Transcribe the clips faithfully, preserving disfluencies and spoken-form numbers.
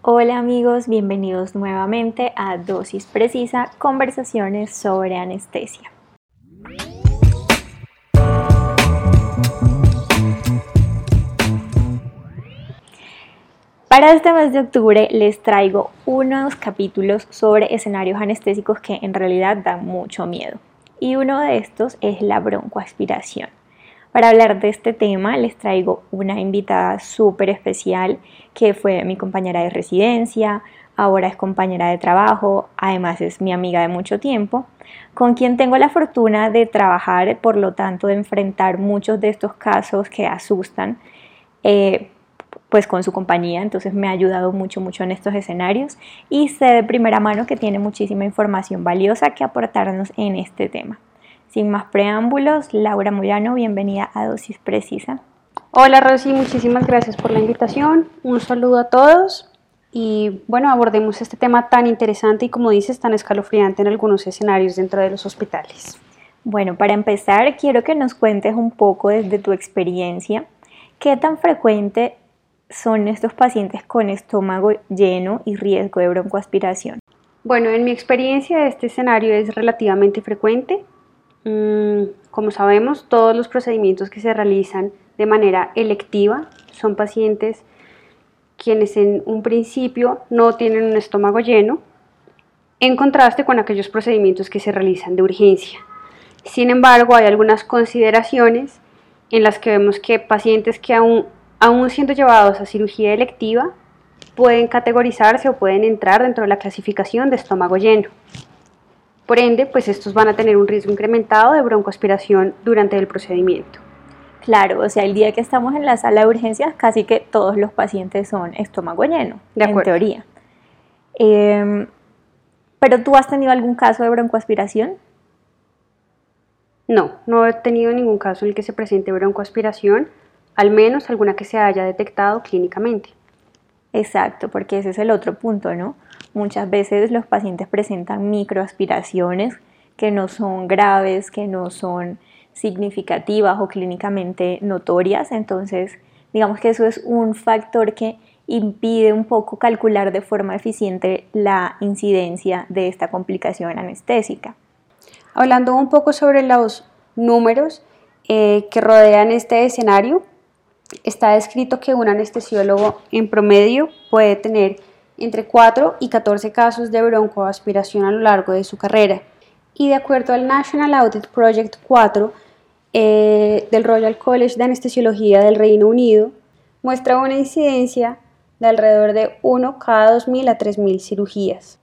Hola amigos, bienvenidos nuevamente a Dosis Precisa, conversaciones sobre anestesia. Para este mes de octubre les traigo unos capítulos sobre escenarios anestésicos que en realidad dan mucho miedo. Y uno de estos es la broncoaspiración. Para hablar de este tema les traigo una invitada súper especial que fue mi compañera de residencia, ahora es compañera de trabajo, además es mi amiga de mucho tiempo, con quien tengo la fortuna de trabajar, por lo tanto de enfrentar muchos de estos casos que asustan, eh, pues con su compañía, entonces me ha ayudado mucho, mucho en estos escenarios y sé de primera mano que tiene muchísima información valiosa que aportarnos en este tema. Sin más preámbulos, Laura Moyano, bienvenida a Dosis Precisa. Hola Rosy, muchísimas gracias por la invitación, un saludo a todos y bueno, abordemos este tema tan interesante y como dices, tan escalofriante en algunos escenarios dentro de los hospitales. Bueno, para empezar, quiero que nos cuentes un poco desde tu experiencia, ¿qué tan frecuente son estos pacientes con estómago lleno y riesgo de broncoaspiración? Bueno, en mi experiencia este escenario es relativamente frecuente. Como sabemos, todos los procedimientos que se realizan de manera electiva son pacientes quienes en un principio no tienen un estómago lleno, en contraste con aquellos procedimientos que se realizan de urgencia. Sin embargo, hay algunas consideraciones en las que vemos que pacientes que aún, aún siendo llevados a cirugía electiva pueden categorizarse o pueden entrar dentro de la clasificación de estómago lleno. Por ende, pues estos van a tener un riesgo incrementado de broncoaspiración durante el procedimiento. Claro, o sea, el día que estamos en la sala de urgencias, casi que todos los pacientes son estómago lleno, de acuerdo. En teoría. Eh, ¿Pero tú has tenido algún caso de broncoaspiración? No, no he tenido ningún caso en el que se presente broncoaspiración, al menos alguna que se haya detectado clínicamente. Exacto, porque ese es el otro punto, ¿no? Muchas veces los pacientes presentan microaspiraciones que no son graves, que no son significativas o clínicamente notorias, entonces digamos que eso es un factor que impide un poco calcular de forma eficiente la incidencia de esta complicación anestésica. Hablando un poco sobre los números eh, que rodean este escenario, está descrito que un anestesiólogo en promedio puede tener entre cuatro y catorce casos de broncoaspiración a lo largo de su carrera. Y de acuerdo al National Audit Project cuatro eh, del Royal College de Anestesiología del Reino Unido, muestra una incidencia de alrededor de uno cada dos mil a tres mil cirugías.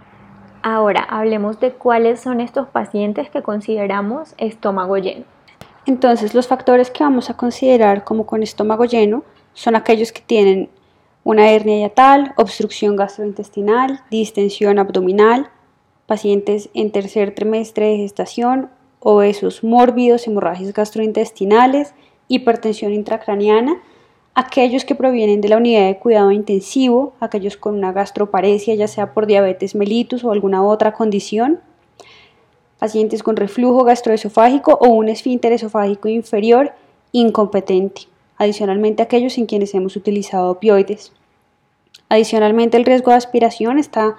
Ahora, hablemos de cuáles son estos pacientes que consideramos estómago lleno. Entonces, los factores que vamos a considerar como con estómago lleno son aquellos que tienen una hernia hiatal, obstrucción gastrointestinal, distensión abdominal, pacientes en tercer trimestre de gestación, obesos mórbidos, hemorragias gastrointestinales, hipertensión intracraniana, aquellos que provienen de la unidad de cuidado intensivo, aquellos con una gastroparesia, ya sea por diabetes mellitus o alguna otra condición, pacientes con reflujo gastroesofágico o un esfínter esofágico inferior incompetente, adicionalmente aquellos en quienes hemos utilizado opioides. Adicionalmente, el riesgo de aspiración está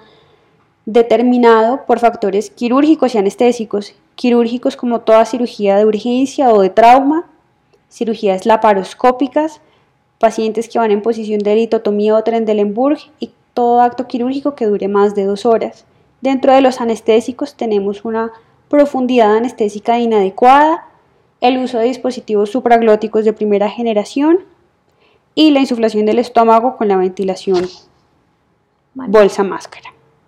determinado por factores quirúrgicos y anestésicos, quirúrgicos como toda cirugía de urgencia o de trauma, cirugías laparoscópicas, pacientes que van en posición de litotomía o Trendelenburg y todo acto quirúrgico que dure más de dos horas. Dentro de los anestésicos tenemos una profundidad anestésica inadecuada, el uso de dispositivos supraglóticos de primera generación y la insuflación del estómago con la ventilación bolsa-máscara.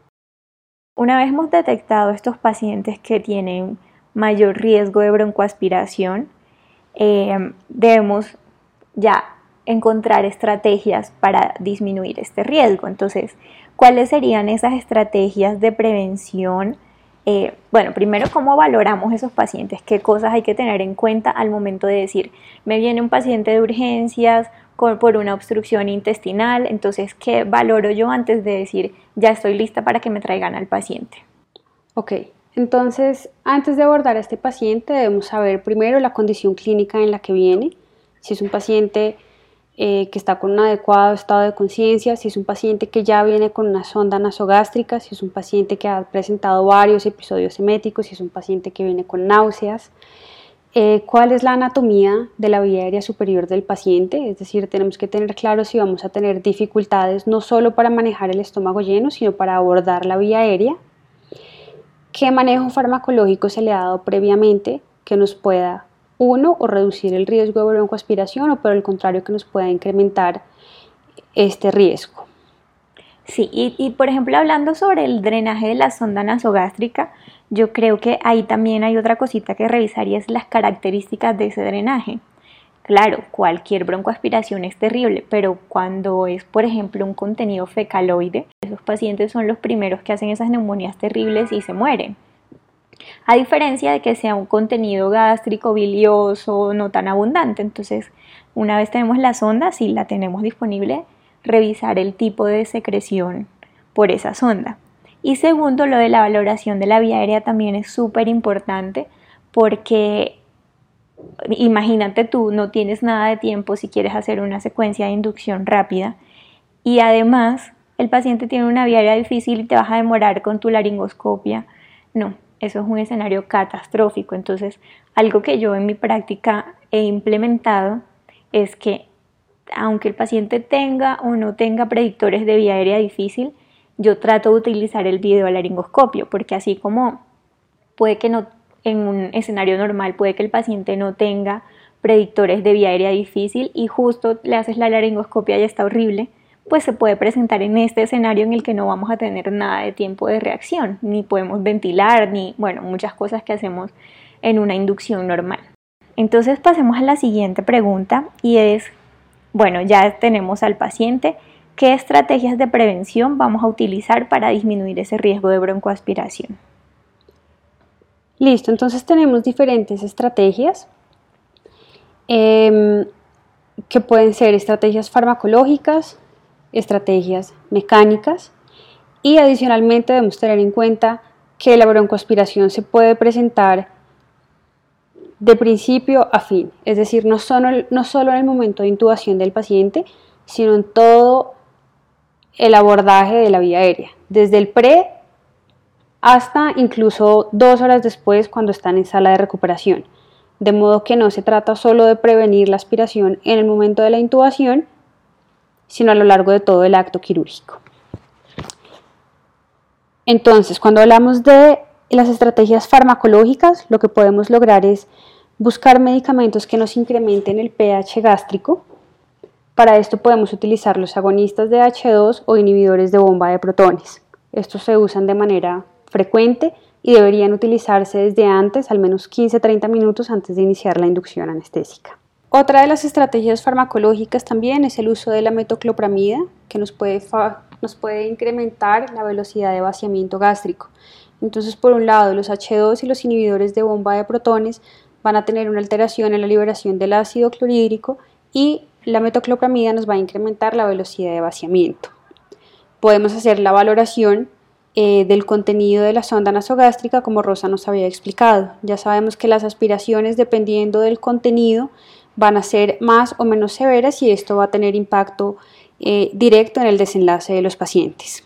Una vez hemos detectado estos pacientes que tienen mayor riesgo de broncoaspiración, eh, debemos ya encontrar estrategias para disminuir este riesgo. Entonces, ¿cuáles serían esas estrategias de prevención? Eh, bueno, primero, ¿cómo valoramos esos pacientes? ¿Qué cosas hay que tener en cuenta al momento de decir, me viene un paciente de urgencias con, por una obstrucción intestinal? Entonces, ¿qué valoro yo antes de decir, ya estoy lista para que me traigan al paciente? Ok, entonces, antes de abordar a este paciente, debemos saber primero la condición clínica en la que viene. Si es un paciente eh, que está con un adecuado estado de conciencia, si es un paciente que ya viene con una sonda nasogástrica, si es un paciente que ha presentado varios episodios eméticos, si es un paciente que viene con náuseas. Eh, ¿Cuál es la anatomía de la vía aérea superior del paciente? Es decir, tenemos que tener claro si vamos a tener dificultades no solo para manejar el estómago lleno, sino para abordar la vía aérea. ¿Qué manejo farmacológico se le ha dado previamente que nos pueda, uno, o reducir el riesgo de broncoaspiración o por el contrario que nos pueda incrementar este riesgo? Sí, y, y por ejemplo hablando sobre el drenaje de la sonda nasogástrica, yo creo que ahí también hay otra cosita que revisar y es las características de ese drenaje. Claro, cualquier broncoaspiración es terrible, pero cuando es, por ejemplo, un contenido fecaloide, esos pacientes son los primeros que hacen esas neumonías terribles y se mueren. A diferencia de que sea un contenido gástrico, bilioso, no tan abundante. Entonces, una vez tenemos la sonda, si la tenemos disponible, revisar el tipo de secreción por esa sonda. Y segundo, lo de la valoración de la vía aérea también es súper importante porque imagínate tú, no tienes nada de tiempo si quieres hacer una secuencia de inducción rápida y además el paciente tiene una vía aérea difícil y te vas a demorar con tu laringoscopia. No, eso es un escenario catastrófico. Entonces, algo que yo en mi práctica he implementado es que aunque el paciente tenga o no tenga predictores de vía aérea difícil, yo trato de utilizar el videolaringoscopio, porque así como puede que no, en un escenario normal, puede que el paciente no tenga predictores de vía aérea difícil y justo le haces la laringoscopia y está horrible, pues se puede presentar en este escenario en el que no vamos a tener nada de tiempo de reacción, ni podemos ventilar, ni, bueno, muchas cosas que hacemos en una inducción normal. Entonces pasemos a la siguiente pregunta y es, bueno, ya tenemos al paciente, ¿qué estrategias de prevención vamos a utilizar para disminuir ese riesgo de broncoaspiración? Listo, entonces tenemos diferentes estrategias eh, que pueden ser estrategias farmacológicas, estrategias mecánicas y adicionalmente debemos tener en cuenta que la broncoaspiración se puede presentar de principio a fin, es decir, no solo, no solo en el momento de intubación del paciente, sino en todo el abordaje de la vía aérea, desde el pre hasta incluso dos horas después cuando están en sala de recuperación. De modo que no se trata solo de prevenir la aspiración en el momento de la intubación, sino a lo largo de todo el acto quirúrgico. Entonces, cuando hablamos de las estrategias farmacológicas, lo que podemos lograr es buscar medicamentos que nos incrementen el pH gástrico. Para esto podemos utilizar los agonistas de hache dos o inhibidores de bomba de protones. Estos se usan de manera frecuente y deberían utilizarse desde antes, al menos quince a treinta minutos antes de iniciar la inducción anestésica. Otra de las estrategias farmacológicas también es el uso de la metoclopramida, que nos puede, nos puede incrementar la velocidad de vaciamiento gástrico. Entonces, por un lado, los hache dos y los inhibidores de bomba de protones van a tener una alteración en la liberación del ácido clorhídrico y la metoclopramida nos va a incrementar la velocidad de vaciamiento. Podemos hacer la valoración eh, del contenido de la sonda nasogástrica como Rosa nos había explicado. Ya sabemos que las aspiraciones, dependiendo del contenido, van a ser más o menos severas y esto va a tener impacto eh, directo en el desenlace de los pacientes.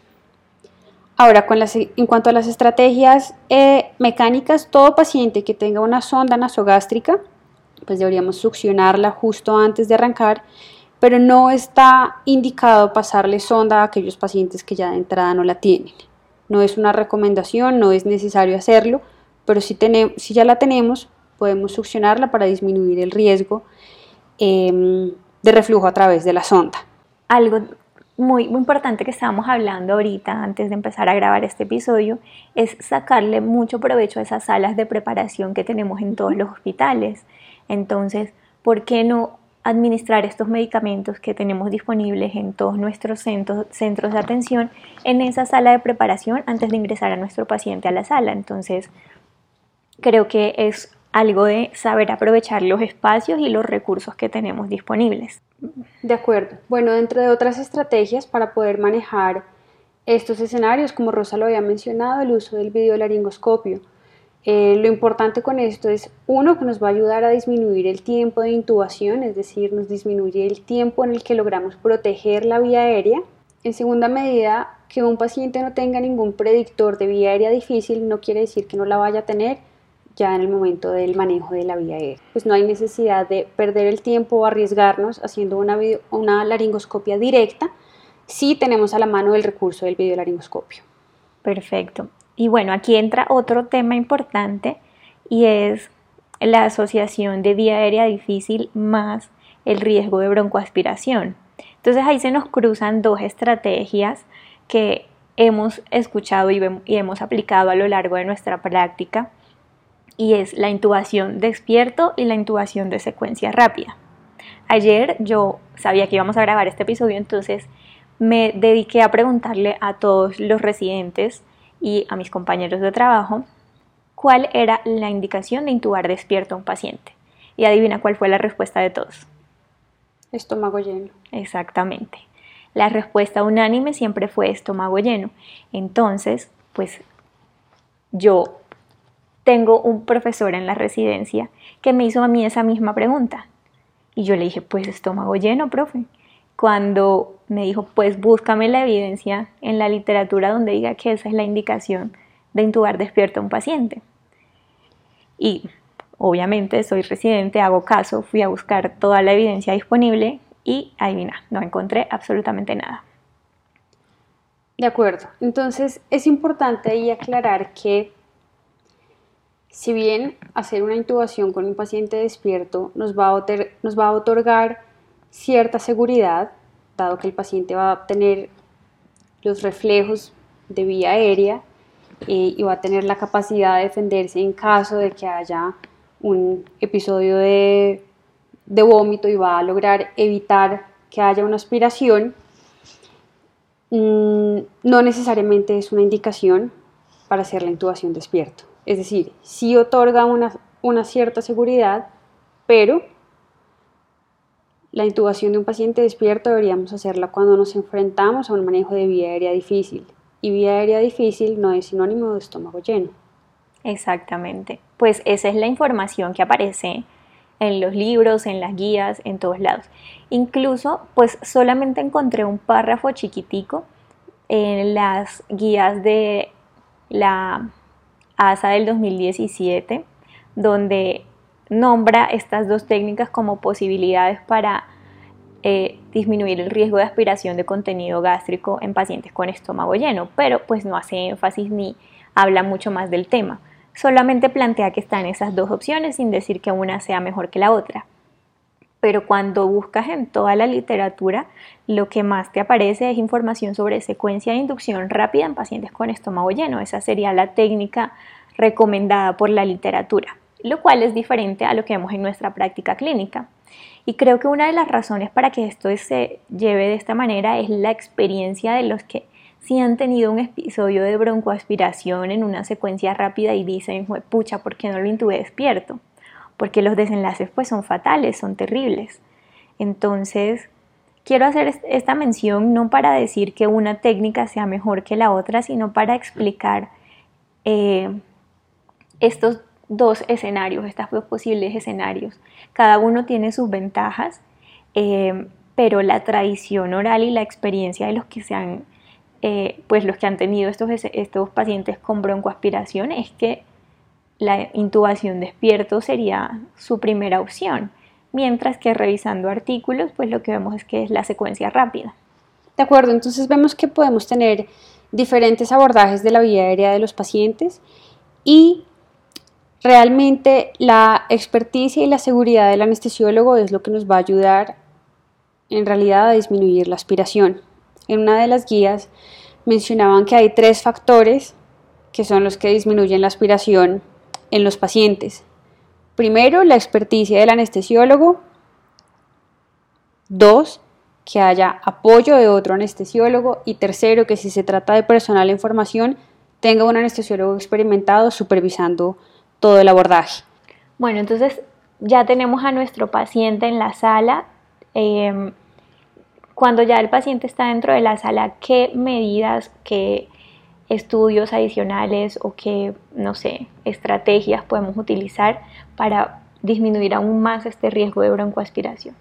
Ahora, con las, en cuanto a las estrategias eh, mecánicas, todo paciente que tenga una sonda nasogástrica, pues deberíamos succionarla justo antes de arrancar, pero no está indicado pasarle sonda a aquellos pacientes que ya de entrada no la tienen. No es una recomendación, no es necesario hacerlo, pero si, tenemos, si ya la tenemos, podemos succionarla para disminuir el riesgo eh, de reflujo a través de la sonda. Algo muy, muy importante que estábamos hablando ahorita antes de empezar a grabar este episodio es sacarle mucho provecho a esas salas de preparación que tenemos en todos los hospitales. Entonces, ¿por qué no administrar estos medicamentos que tenemos disponibles en todos nuestros centros, centros de atención en esa sala de preparación antes de ingresar a nuestro paciente a la sala? Entonces, creo que es algo de saber aprovechar los espacios y los recursos que tenemos disponibles. De acuerdo. Bueno, dentro de otras estrategias para poder manejar estos escenarios, como Rosa lo había mencionado, el uso del videolaringoscopio. Eh, lo importante con esto es, uno, que nos va a ayudar a disminuir el tiempo de intubación, es decir, nos disminuye el tiempo en el que logramos proteger la vía aérea. En segunda medida, que un paciente no tenga ningún predictor de vía aérea difícil no quiere decir que no la vaya a tener ya en el momento del manejo de la vía aérea. Pues no hay necesidad de perder el tiempo o arriesgarnos haciendo una, video, una laringoscopia directa si tenemos a la mano el recurso del videolaringoscopio. Perfecto. Y bueno, aquí entra otro tema importante y es la asociación de vía aérea difícil más el riesgo de broncoaspiración. Entonces ahí se nos cruzan dos estrategias que hemos escuchado y hemos aplicado a lo largo de nuestra práctica, y es la intubación despierto y la intubación de secuencia rápida. Ayer yo sabía que íbamos a grabar este episodio, entonces me dediqué a preguntarle a todos los residentes y a mis compañeros de trabajo cuál era la indicación de intubar despierto a un paciente. Y adivina cuál fue la respuesta de todos. Estómago lleno. Exactamente. La respuesta unánime siempre fue estómago lleno. Entonces, pues yo tengo un profesor en la residencia que me hizo a mí esa misma pregunta. Y yo le dije, pues estómago lleno, profe. Cuando me dijo, pues búscame la evidencia en la literatura donde diga que esa es la indicación de intubar despierto a un paciente. Y obviamente soy residente, hago caso, fui a buscar toda la evidencia disponible y adivina, no encontré absolutamente nada. De acuerdo. Entonces es importante ahí aclarar que si bien hacer una intubación con un paciente despierto nos va a, otor- nos va a otorgar cierta seguridad, dado que el paciente va a tener los reflejos de vía aérea eh, y va a tener la capacidad de defenderse en caso de que haya un episodio de, de vómito y va a lograr evitar que haya una aspiración, mmm, no necesariamente es una indicación para hacer la intubación despierto. Es decir, sí otorga una, una cierta seguridad, pero la intubación de un paciente despierto deberíamos hacerla cuando nos enfrentamos a un manejo de vía aérea difícil. Y vía aérea difícil no es sinónimo de estómago lleno. Exactamente. Pues esa es la información que aparece en los libros, en las guías, en todos lados. Incluso, pues solamente encontré un párrafo chiquitico en las guías de la A S A del dos mil diecisiete, donde nombra estas dos técnicas como posibilidades para eh, disminuir el riesgo de aspiración de contenido gástrico en pacientes con estómago lleno, pero pues no hace énfasis ni habla mucho más del tema. Solamente plantea que están esas dos opciones sin decir que una sea mejor que la otra. Pero cuando buscas en toda la literatura, lo que más te aparece es información sobre secuencia de inducción rápida en pacientes con estómago lleno. Esa sería la técnica recomendada por la literatura, lo cual es diferente a lo que vemos en nuestra práctica clínica. Y creo que una de las razones para que esto se lleve de esta manera es la experiencia de los que sí han tenido un episodio de broncoaspiración en una secuencia rápida y dicen, pucha, ¿por qué no lo intubé despierto? Porque los desenlaces pues son fatales, son terribles. Entonces, quiero hacer esta mención no para decir que una técnica sea mejor que la otra, sino para explicar eh, estos dos escenarios, estos dos posibles escenarios. Cada uno tiene sus ventajas, eh, pero la tradición oral y la experiencia de los que se han, eh, pues los que han tenido estos, estos pacientes con broncoaspiración es que la intubación despierto sería su primera opción, mientras que revisando artículos, pues lo que vemos es que es la secuencia rápida. De acuerdo, entonces vemos que podemos tener diferentes abordajes de la vía aérea de los pacientes y realmente la experticia y la seguridad del anestesiólogo es lo que nos va a ayudar en realidad a disminuir la aspiración. En una de las guías mencionaban que hay tres factores que son los que disminuyen la aspiración en los pacientes. Primero, la experticia del anestesiólogo. Dos, que haya apoyo de otro anestesiólogo. Y tercero, que si se trata de personal en formación, tenga un anestesiólogo experimentado supervisando todo el abordaje. Bueno, entonces ya tenemos a nuestro paciente en la sala. Eh, cuando ya el paciente está dentro de la sala, ¿qué medidas, qué estudios adicionales o qué, no sé, estrategias podemos utilizar para disminuir aún más este riesgo de broncoaspiración?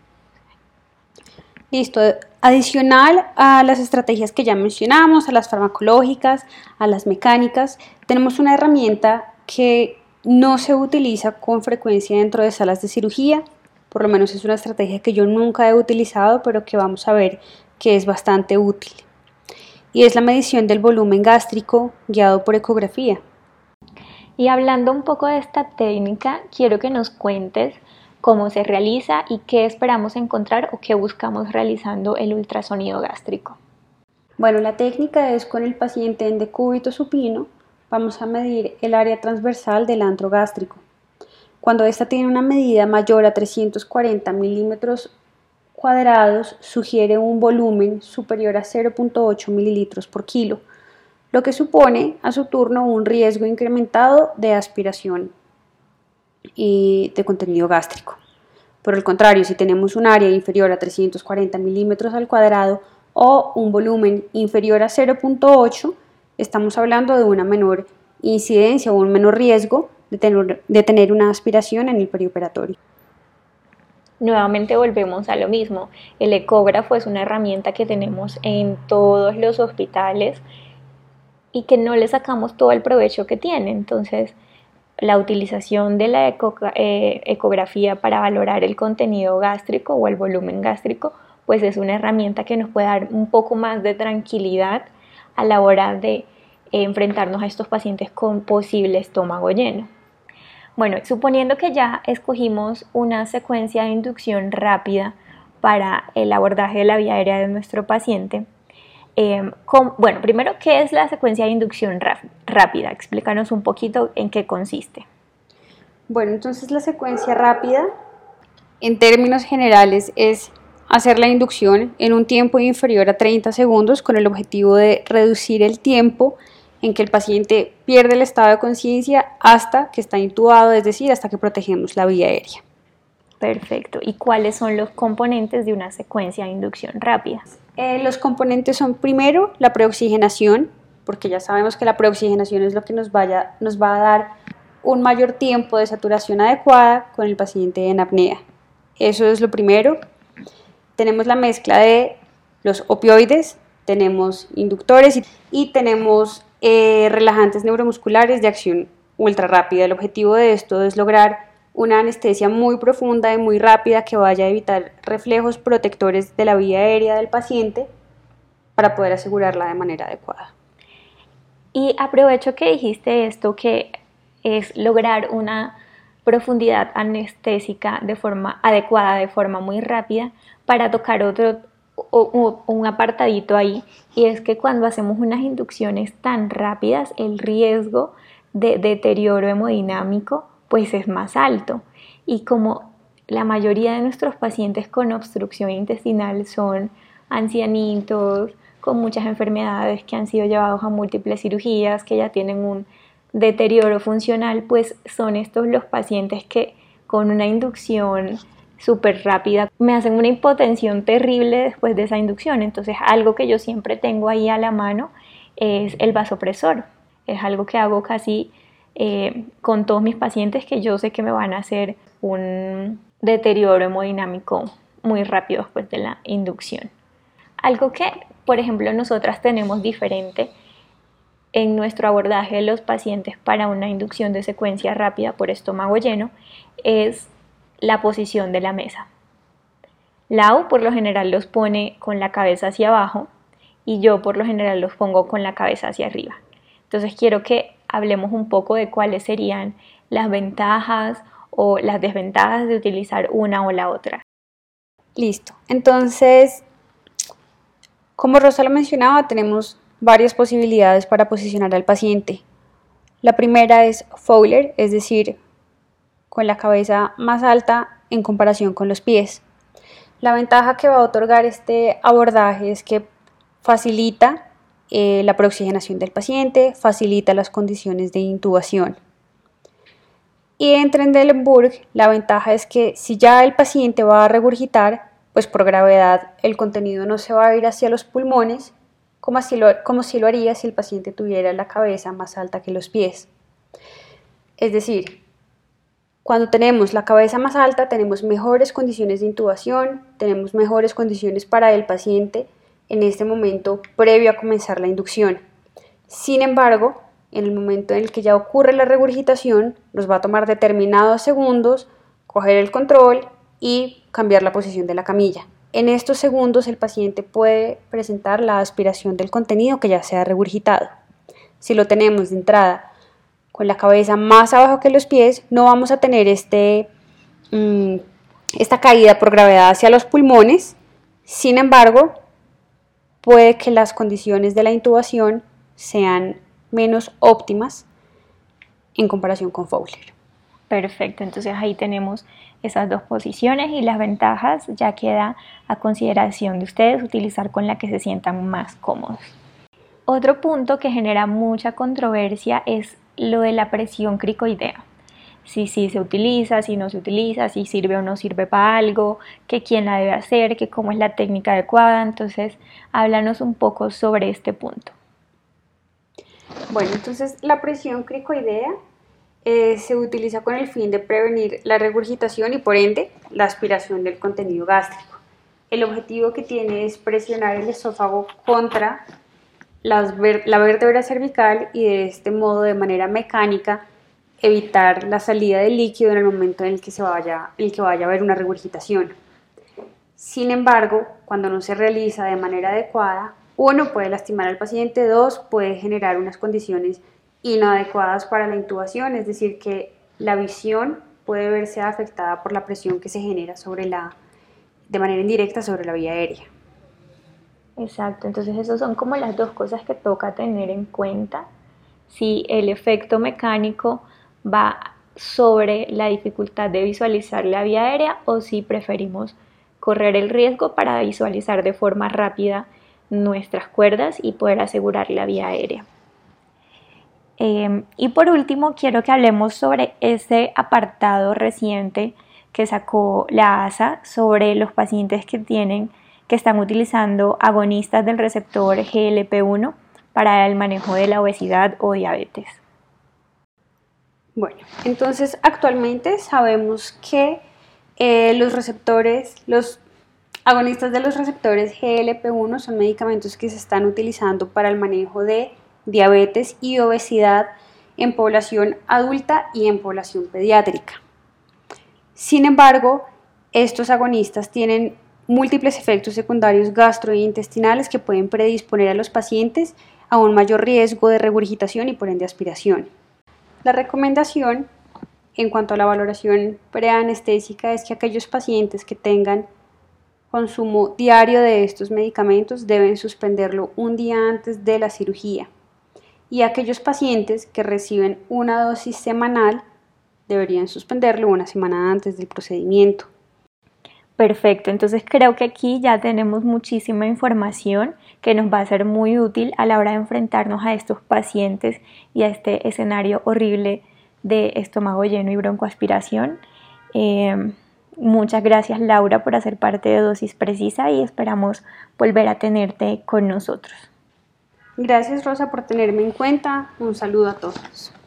Listo. Adicional a las estrategias que ya mencionamos, a las farmacológicas, a las mecánicas, tenemos una herramienta que no se utiliza con frecuencia dentro de salas de cirugía, por lo menos es una estrategia que yo nunca he utilizado, pero que vamos a ver que es bastante útil. Y es la medición del volumen gástrico guiado por ecografía. Y hablando un poco de esta técnica, quiero que nos cuentes cómo se realiza y qué esperamos encontrar o qué buscamos realizando el ultrasonido gástrico. Bueno, la técnica es con el paciente en decúbito supino, vamos a medir el área transversal del antro gástrico. Cuando esta tiene una medida mayor a trescientos cuarenta milímetros cuadrados, sugiere un volumen superior a cero punto ocho mililitros por kilo, lo que supone a su turno un riesgo incrementado de aspiración y de contenido gástrico. Por el contrario, si tenemos un área inferior a trescientos cuarenta milímetros al cuadrado o un volumen inferior a cero punto ocho, estamos hablando de una menor incidencia o un menor riesgo de tener, de tener una aspiración en el perioperatorio. Nuevamente volvemos a lo mismo. El ecógrafo es una herramienta que tenemos en todos los hospitales y que no le sacamos todo el provecho que tiene. Entonces, la utilización de la eco, eh, ecografía para valorar el contenido gástrico o el volumen gástrico, pues es una herramienta que nos puede dar un poco más de tranquilidad a la hora de eh, enfrentarnos a estos pacientes con posible estómago lleno. Bueno, suponiendo que ya escogimos una secuencia de inducción rápida para el abordaje de la vía aérea de nuestro paciente, Eh, con, bueno, primero, ¿qué es la secuencia de inducción rápida? Explícanos un poquito en qué consiste. Bueno, entonces la secuencia rápida, en términos generales, es hacer la inducción en un tiempo inferior a treinta segundos con el objetivo de reducir el tiempo en que el paciente pierde el estado de conciencia hasta que está intubado, es decir, hasta que protegemos la vía aérea. Perfecto. ¿Y cuáles son los componentes de una secuencia de inducción rápida? Eh, los componentes son primero la preoxigenación, porque ya sabemos que la preoxigenación es lo que nos, vaya, nos va a dar un mayor tiempo de saturación adecuada con el paciente en apnea. Eso es lo primero. Tenemos la mezcla de los opioides, tenemos inductores y, y tenemos eh, relajantes neuromusculares de acción ultra rápida. El objetivo de esto es lograr una anestesia muy profunda y muy rápida que vaya a evitar reflejos protectores de la vía aérea del paciente para poder asegurarla de manera adecuada. Y aprovecho que dijiste esto, que es lograr una profundidad anestésica de forma adecuada, de forma muy rápida, para tocar otro o, o, un apartadito ahí, y es que cuando hacemos unas inducciones tan rápidas, el riesgo de deterioro hemodinámico pues es más alto, y como la mayoría de nuestros pacientes con obstrucción intestinal son ancianitos, con muchas enfermedades que han sido llevados a múltiples cirugías, que ya tienen un deterioro funcional, pues son estos los pacientes que con una inducción súper rápida me hacen una hipotensión terrible después de esa inducción. Entonces, algo que yo siempre tengo ahí a la mano es el vasopresor. Es algo que hago casi Eh, con todos mis pacientes, que yo sé que me van a hacer un deterioro hemodinámico muy rápido después de la inducción. Algo que, por ejemplo, nosotras tenemos diferente en nuestro abordaje de los pacientes para una inducción de secuencia rápida por estómago lleno es la posición de la mesa. Lau por lo general los pone con la cabeza hacia abajo y yo por lo general los pongo con la cabeza hacia arriba. Entonces quiero que hablemos un poco de cuáles serían las ventajas o las desventajas de utilizar una o la otra. Listo. Entonces, como Rosa lo mencionaba, tenemos varias posibilidades para posicionar al paciente. La primera es Fowler, es decir, con la cabeza más alta en comparación con los pies. La ventaja que va a otorgar este abordaje es que facilita Eh, la preoxigenación del paciente, facilita las condiciones de intubación. Y en Trendelenburg la ventaja es que si ya el paciente va a regurgitar, pues por gravedad el contenido no se va a ir hacia los pulmones como, así lo, como si lo haría si el paciente tuviera la cabeza más alta que los pies. Es decir, cuando tenemos la cabeza más alta tenemos mejores condiciones de intubación, tenemos mejores condiciones para el paciente en este momento previo a comenzar la inducción. Sin embargo, en el momento en el que ya ocurre la regurgitación, nos va a tomar determinados segundos coger el control y cambiar la posición de la camilla. En estos segundos el paciente puede presentar la aspiración del contenido que ya se ha regurgitado. Si lo tenemos de entrada con la cabeza más abajo que los pies, no vamos a tener este, mmm, esta caída por gravedad hacia los pulmones. Sin embargo, puede que las condiciones de la intubación sean menos óptimas en comparación con Fowler. Perfecto, entonces ahí tenemos esas dos posiciones y las ventajas ya queda a consideración de ustedes utilizar con la que se sientan más cómodos. Otro punto que genera mucha controversia es lo de la presión cricoidea. Si sí se utiliza, si no se utiliza, si sirve o no sirve para algo, que quién la debe hacer, que cómo es la técnica adecuada. Entonces, háblanos un poco sobre este punto. Bueno, entonces la presión cricoidea eh, se utiliza con el fin de prevenir la regurgitación y por ende la aspiración del contenido gástrico. El objetivo que tiene es presionar el esófago contra las ver- la vértebra cervical y de este modo, de manera mecánica, evitar la salida del líquido en el momento en el que, se vaya, en el que vaya a haber una regurgitación. Sin embargo, cuando no se realiza de manera adecuada, uno, puede lastimar al paciente, dos, puede generar unas condiciones inadecuadas para la intubación, es decir, que la visión puede verse afectada por la presión que se genera sobre la, de manera indirecta sobre la vía aérea. Exacto, entonces esas son como las dos cosas que toca tener en cuenta. Si el efecto mecánico va sobre la dificultad de visualizar la vía aérea o si preferimos correr el riesgo para visualizar de forma rápida nuestras cuerdas y poder asegurar la vía aérea. Eh, y por último, quiero que hablemos sobre ese apartado reciente que sacó la A S A sobre los pacientes que tienen, que están utilizando agonistas del receptor G L P uno para el manejo de la obesidad o diabetes. Bueno, entonces actualmente sabemos que eh, los receptores, los agonistas de los receptores G L P uno son medicamentos que se están utilizando para el manejo de diabetes y obesidad en población adulta y en población pediátrica. Sin embargo, estos agonistas tienen múltiples efectos secundarios gastrointestinales que pueden predisponer a los pacientes a un mayor riesgo de regurgitación y por ende aspiración. La recomendación en cuanto a la valoración preanestésica es que aquellos pacientes que tengan consumo diario de estos medicamentos deben suspenderlo un día antes de la cirugía. Y aquellos pacientes que reciben una dosis semanal deberían suspenderlo una semana antes del procedimiento. Perfecto, entonces creo que aquí ya tenemos muchísima información que nos va a ser muy útil a la hora de enfrentarnos a estos pacientes y a este escenario horrible de estómago lleno y broncoaspiración. Eh, muchas gracias, Laura, por hacer parte de Dosis Precisa y esperamos volver a tenerte con nosotros. Gracias, Rosa, por tenerme en cuenta. Un saludo a todos.